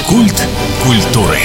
Культ культуры.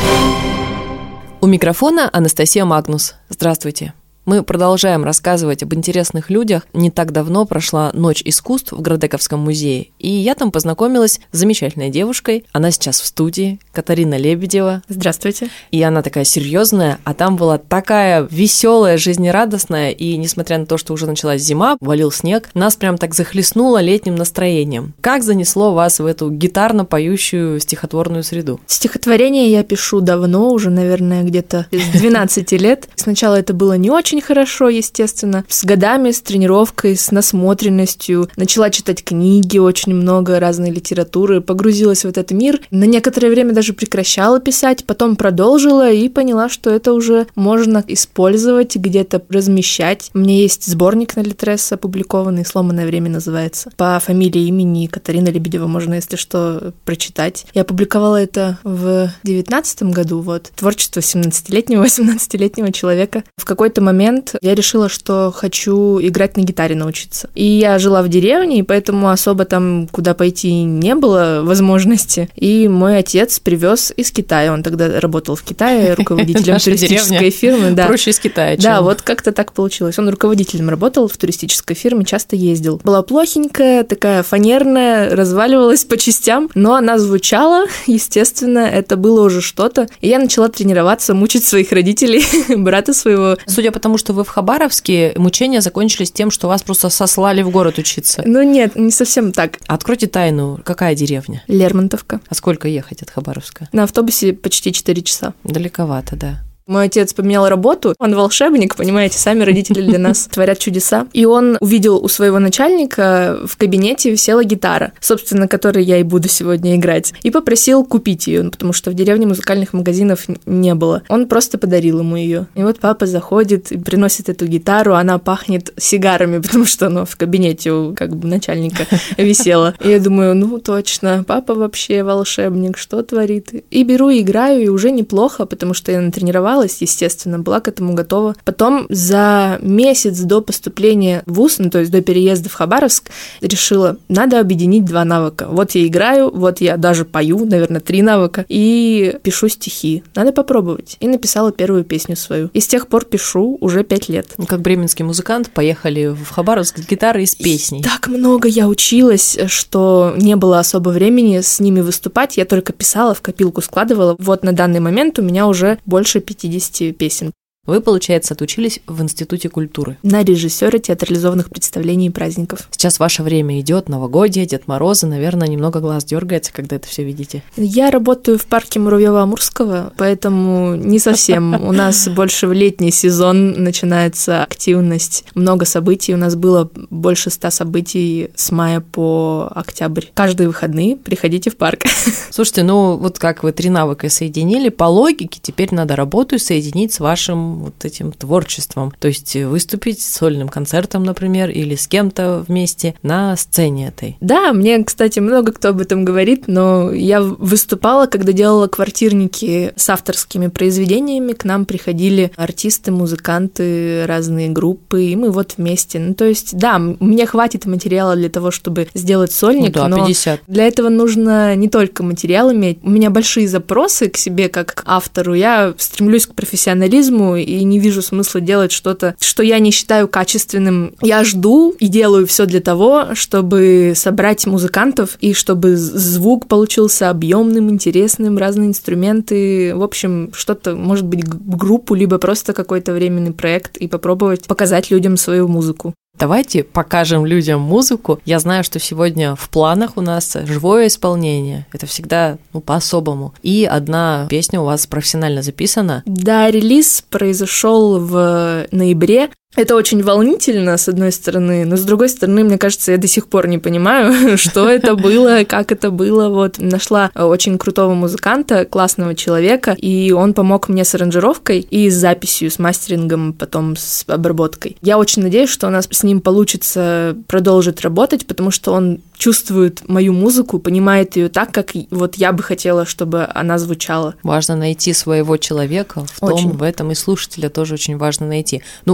У микрофона Анастасия Магнус. Здравствуйте. Мы продолжаем рассказывать об интересных людях. Не так давно прошла Ночь искусств в Градековском музее, и я там познакомилась с замечательной девушкой. Она сейчас в студии, Катарина Лебедева. Здравствуйте. И она такая серьезная, а там была такая веселая, жизнерадостная, и несмотря на то, что уже началась зима, валил снег, нас прям так захлестнуло летним настроением. Как занесло вас в эту гитарно-поющую стихотворную среду? Стихотворение я пишу давно, уже, наверное, где-то с 12 лет. Сначала это было не очень хорошо, естественно. С годами, с тренировкой, с насмотренностью. Начала читать книги, очень много разной литературы, погрузилась в этот мир. На некоторое время даже прекращала писать, потом продолжила и поняла, что это уже можно использовать, где-то размещать. У меня есть сборник на Литрес опубликованный, «Сломанное время» называется. По фамилии, имени Катарина Лебедева можно, если что, прочитать. Я опубликовала это в 19 году, вот. Творчество 17-летнего, 18-летнего человека. В какой-то момент я решила, что хочу играть на гитаре научиться. И я жила в деревне, и поэтому особо там куда пойти не было возможности. И мой отец привез из Китая. Он тогда работал в Китае руководителем туристической фирмы. Да. Проще из Китая. Да, вот как-то так получилось. Он руководителем работал в туристической фирме, часто ездил. Была плохенькая, такая фанерная, разваливалась по частям, но она звучала, естественно, это было уже что-то. И я начала тренироваться, мучить своих родителей, брата своего. Судя по тому, что вы в Хабаровске, мучения закончились тем, что вас просто сослали в город учиться. Ну нет, не совсем так. Откройте тайну, какая деревня? Лермонтовка. А сколько ехать от Хабаровска? На автобусе почти 4 часа. Далековато, да. Мой отец поменял работу, он волшебник, понимаете, сами родители для нас творят чудеса. И он увидел у своего начальника в кабинете висела гитара, собственно, которой я и буду сегодня играть, и попросил купить ее, потому что в деревне музыкальных магазинов не было. Он просто подарил ему ее. И вот папа заходит и приносит эту гитару, она пахнет сигарами, потому что она в кабинете у как бы начальника висела. И я думаю, ну точно, папа вообще волшебник, что творит? И беру и играю, и уже неплохо, потому что я натренировалась, естественно, была к этому готова. Потом за месяц до поступления в ВУЗ, ну, то есть до переезда в Хабаровск, решила, надо объединить 2 навыка. Вот я играю, вот я даже пою, наверное, 3 навыка, и пишу стихи. Надо попробовать. И написала первую песню свою. И с тех пор пишу уже 5 лет. Ну, как бременский музыкант, поехали в Хабаровск с гитарой и с песней. И так много я училась, что не было особо времени с ними выступать. Я только писала, в копилку складывала. Вот на данный момент у меня уже больше 50 песен. Вы, получается, отучились в Институте культуры. На режиссера театрализованных представлений и праздников. Сейчас ваше время идет, новогодие, Дед Морозы, наверное, немного глаз дергается, когда это все видите. Я работаю в парке Муравьева-Амурского, поэтому не совсем. У нас больше в летний сезон начинается активность, много событий. У нас было больше 100 событий с мая по октябрь. Каждые выходные приходите в парк. Слушайте, ну вот как вы 3 навыка соединили, по логике теперь надо работу соединить с вашим вот этим творчеством. То есть выступить с сольным концертом, например, или с кем-то вместе на сцене этой. Да, мне, кстати, много кто об этом говорит, но я выступала, когда делала квартирники с авторскими произведениями, к нам приходили артисты, музыканты, разные группы, и мы вот вместе. Ну, то есть, да, мне хватит материала для того, чтобы сделать сольник, ну, да, но 50. Для этого нужно не только материал иметь. У меня большие запросы к себе как к автору. Я стремлюсь к профессионализму и не вижу смысла делать что-то, что я не считаю качественным. Я жду и делаю все для того, чтобы собрать музыкантов и чтобы звук получился объемным, интересным, разные инструменты. В общем, что-то, может быть, группу, либо просто какой-то временный проект и попробовать показать людям свою музыку. Давайте покажем людям музыку. Я знаю, что сегодня в планах у нас живое исполнение. Это всегда по-особому. И одна песня у вас профессионально записана. Да, релиз произошел в ноябре. Это очень волнительно, с одной стороны, но с другой стороны, мне кажется, я до сих пор не понимаю, что это было, как это было. Вот нашла очень крутого музыканта, классного человека, и он помог мне с аранжировкой и с записью, с мастерингом, потом с обработкой. Я очень надеюсь, что у нас с ним получится продолжить работать, потому что он чувствует мою музыку, понимает ее так, как вот я бы хотела, чтобы она звучала. Важно найти своего человека в этом и слушателя тоже очень важно найти. Ну, что будете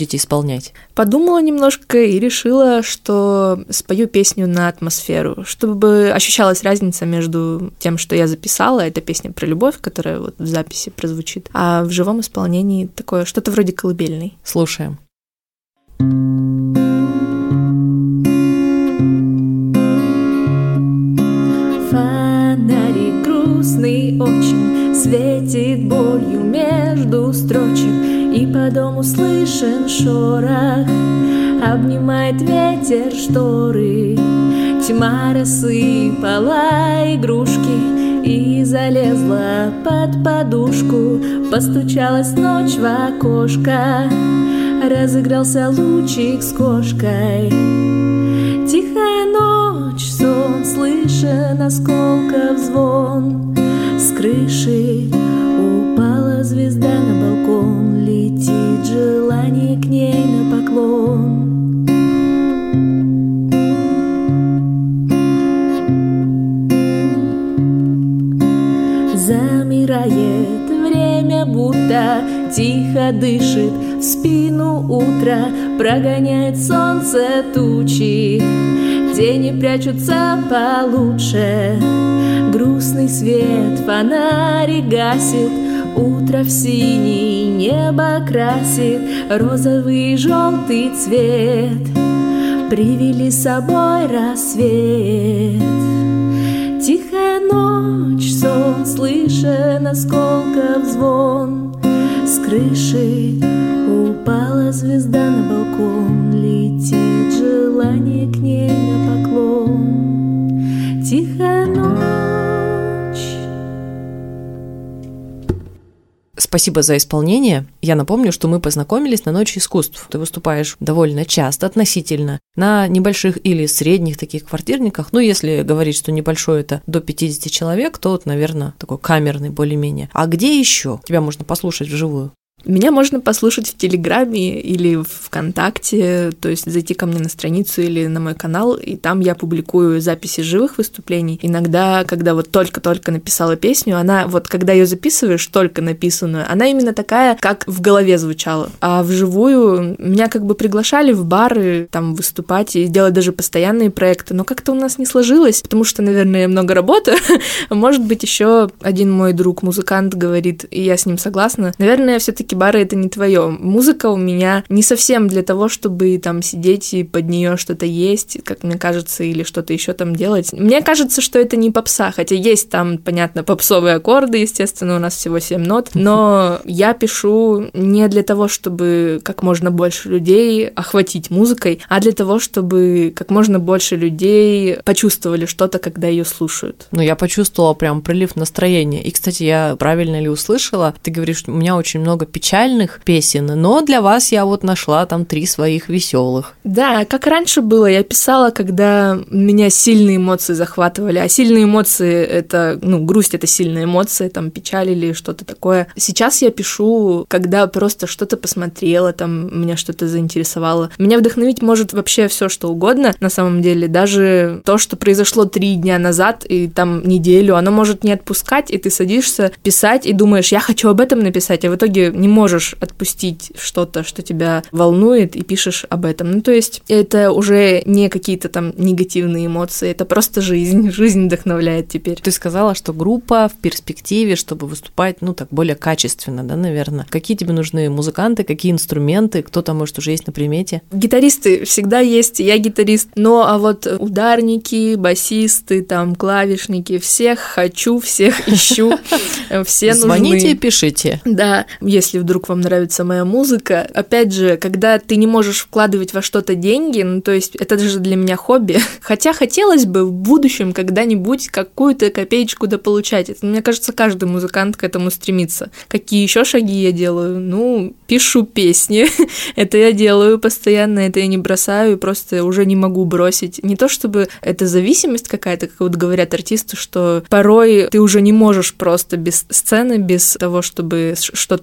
будете исполнять? Подумала немножко и решила, что спою песню на атмосферу, чтобы ощущалась разница между тем, что я записала, это песня про любовь, которая вот в записи прозвучит, а в живом исполнении такое что-то вроде колыбельной. Слушаем. Фонарик грустный очень светит болью между строчек, и по дому слышен шорох, обнимает ветер шторы. Тьма рассыпала игрушки и залезла под подушку. Постучалась ночь в окошко, разыгрался лучик с кошкой. Тихая ночь, сон, слышен осколков звон. С крыши упала звезда на балкон, летит желание к ней на поклон. Замирает время, будто тихо дышит в спину утро, прогоняет солнце тучи, тени прячутся получше. Грустный свет фонарик гасит, утро в синий небо красит, розовый и желтый цвет привели с собой рассвет. Тихая ночь, сон, слышен осколков звон. С крыши упала звезда на балкон, летит желание к ней на поклон. Тихая ночь. Спасибо за исполнение. Я напомню, что мы познакомились на Ночи искусств. Ты выступаешь довольно часто, относительно, на небольших или средних таких квартирниках. Ну, если говорить, что небольшой это до 50 человек, то, наверное, такой камерный более-менее. А где еще тебя можно послушать вживую? Меня можно послушать в Телеграме или в ВКонтакте, то есть зайти ко мне на страницу или на мой канал, и там я публикую записи живых выступлений. Иногда, когда вот только-только написала песню, она вот, когда ее записываешь, только написанную, она именно такая, как в голове звучала. А вживую меня как бы приглашали в бары там выступать и делать даже постоянные проекты, но как-то у нас не сложилось, потому что, наверное, много работы. Может быть, еще один мой друг, музыкант, говорит, и я с ним согласна, наверное, все-таки бары — это не твое. Музыка у меня не совсем для того, чтобы там сидеть и под нее что-то есть, как мне кажется, или что-то еще там делать. Мне кажется, что это не попса, хотя есть там, понятно, попсовые аккорды, естественно, у нас всего 7 нот, но я пишу не для того, чтобы как можно больше людей охватить музыкой, а для того, чтобы как можно больше людей почувствовали что-то, когда ее слушают. Ну, я почувствовала прям прилив настроения. И, кстати, я правильно ли услышала? Ты говоришь, у меня очень много печальных песен, но для вас я вот нашла там 3 своих веселых. Да, как раньше было, я писала, когда меня сильные эмоции захватывали, а сильные эмоции — это, грусть — это сильная эмоция, там, печаль или что-то такое. Сейчас я пишу, когда просто что-то посмотрела, там, меня что-то заинтересовало. Меня вдохновить может вообще все что угодно, на самом деле, даже то, что произошло 3 дня назад и там неделю, оно может не отпускать, и ты садишься писать и думаешь, я хочу об этом написать, а в итоге не можешь отпустить что-то, что тебя волнует, и пишешь об этом. Ну, то есть это уже не какие-то там негативные эмоции, это просто жизнь. Жизнь вдохновляет теперь. Ты сказала, что группа в перспективе, чтобы выступать, так более качественно, да, наверное. Какие тебе нужны музыканты, какие инструменты, кто там, может, уже есть на примете? Гитаристы всегда есть, я гитарист, а вот ударники, басисты, там, клавишники, всех хочу, всех ищу, все нужны. Звоните и пишите. Да, если вдруг вам нравится моя музыка. Опять же, когда ты не можешь вкладывать во что-то деньги, то есть это же для меня хобби. Хотя хотелось бы в будущем когда-нибудь какую-то копеечку дополучать. Это, мне кажется, каждый музыкант к этому стремится. Какие еще шаги я делаю? Пишу песни. Это я делаю постоянно, это я не бросаю, просто уже не могу бросить. Не то чтобы это зависимость какая-то, как вот говорят артисты, что порой ты уже не можешь просто без сцены, без того, чтобы что-то писать,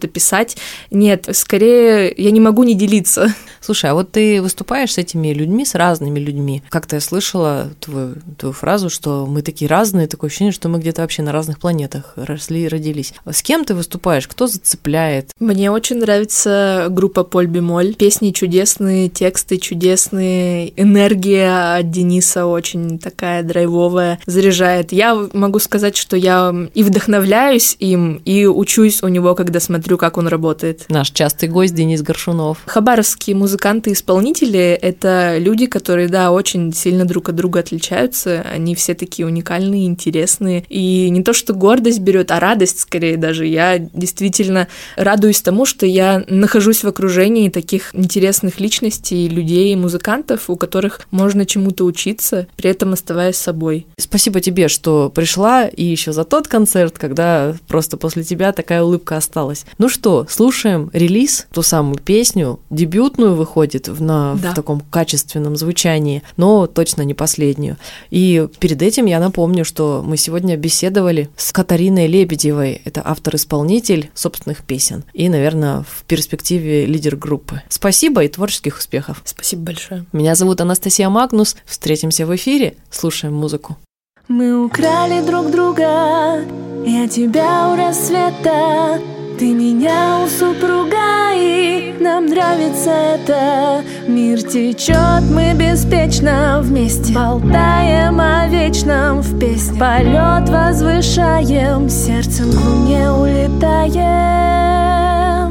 рассказать. Нет, скорее я не могу не делиться. Слушай, а вот ты выступаешь с этими людьми, с разными людьми. Как-то я слышала твою фразу, что мы такие разные, такое ощущение, что мы где-то вообще на разных планетах росли и родились. С кем ты выступаешь? Кто зацепляет? Мне очень нравится группа Поль Бемоль. Песни чудесные, тексты чудесные, энергия от Дениса очень такая драйвовая, заряжает. Я могу сказать, что я и вдохновляюсь им, и учусь у него, когда смотрю, как он работает. Наш частый гость Денис Горшунов. Хабаровские музыканты-исполнители — это люди, которые, да, очень сильно друг от друга отличаются. Они все такие уникальные, интересные. И не то, что гордость берет, а радость скорее даже. Я действительно радуюсь тому, что я нахожусь в окружении таких интересных личностей, людей, музыкантов, у которых можно чему-то учиться, при этом оставаясь собой. Спасибо тебе, что пришла, и еще за тот концерт, когда просто после тебя такая улыбка осталась. Ну что, слушаем релиз, ту самую песню, дебютную выходит в таком качественном звучании, но точно не последнюю. И перед этим я напомню, что мы сегодня беседовали с Катариной Лебедевой, это автор-исполнитель собственных песен и, наверное, в перспективе лидер группы. Спасибо и творческих успехов. Спасибо большое. Меня зовут Анастасия Магнус. Встретимся в эфире, слушаем музыку. Мы украли друг друга, я тебя у рассвета, ты меня у супруга, и нам нравится это. Мир течет, мы беспечно вместе болтаем о вечном в песне. Полет возвышаем, сердцем к луне улетаем.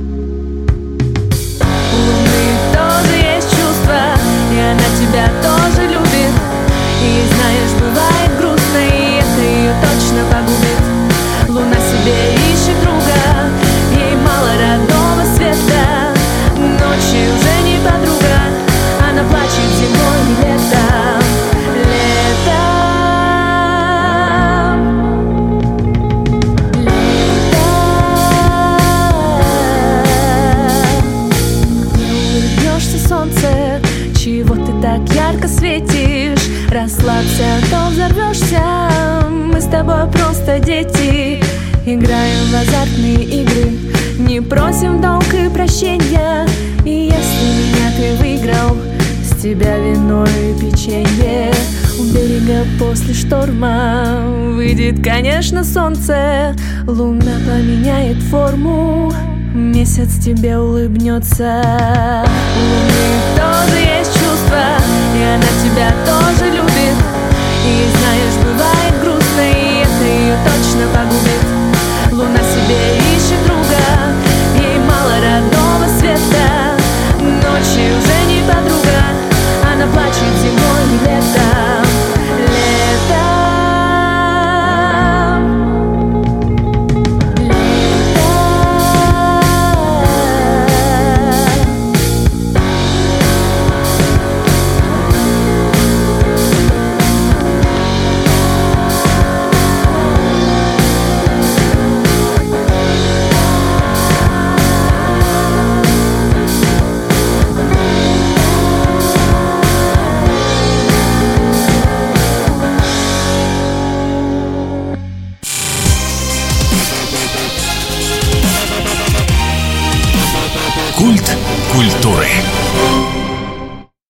У луны тоже есть чувства, и она тебя тоже любит. И знаешь, бывает грустно, и это ее точно погубит. Луна себе ищет друга, ей мало родного света. Ночи уже не подруга, она плачет зимой и летом. Улыбнешься, солнце, чего ты так ярко светишь? Расслабься, а то взорвешься. Мы с тобой просто дети, играем в азартные игры, не просим долг и прощения. И если меня ты выиграл, с тебя вино и печенье. У берега после шторма выйдет, конечно, солнце. Луна поменяет форму, месяц тебе улыбнется. У луны тоже есть чувства, и она тебя тоже любит. И знаешь, бывает грустно, и это ее точно погубит. Луна себе ищет друга, ей мало родного света. Ночи уже не подруга, она плачет зимой и летом. Культ культуры.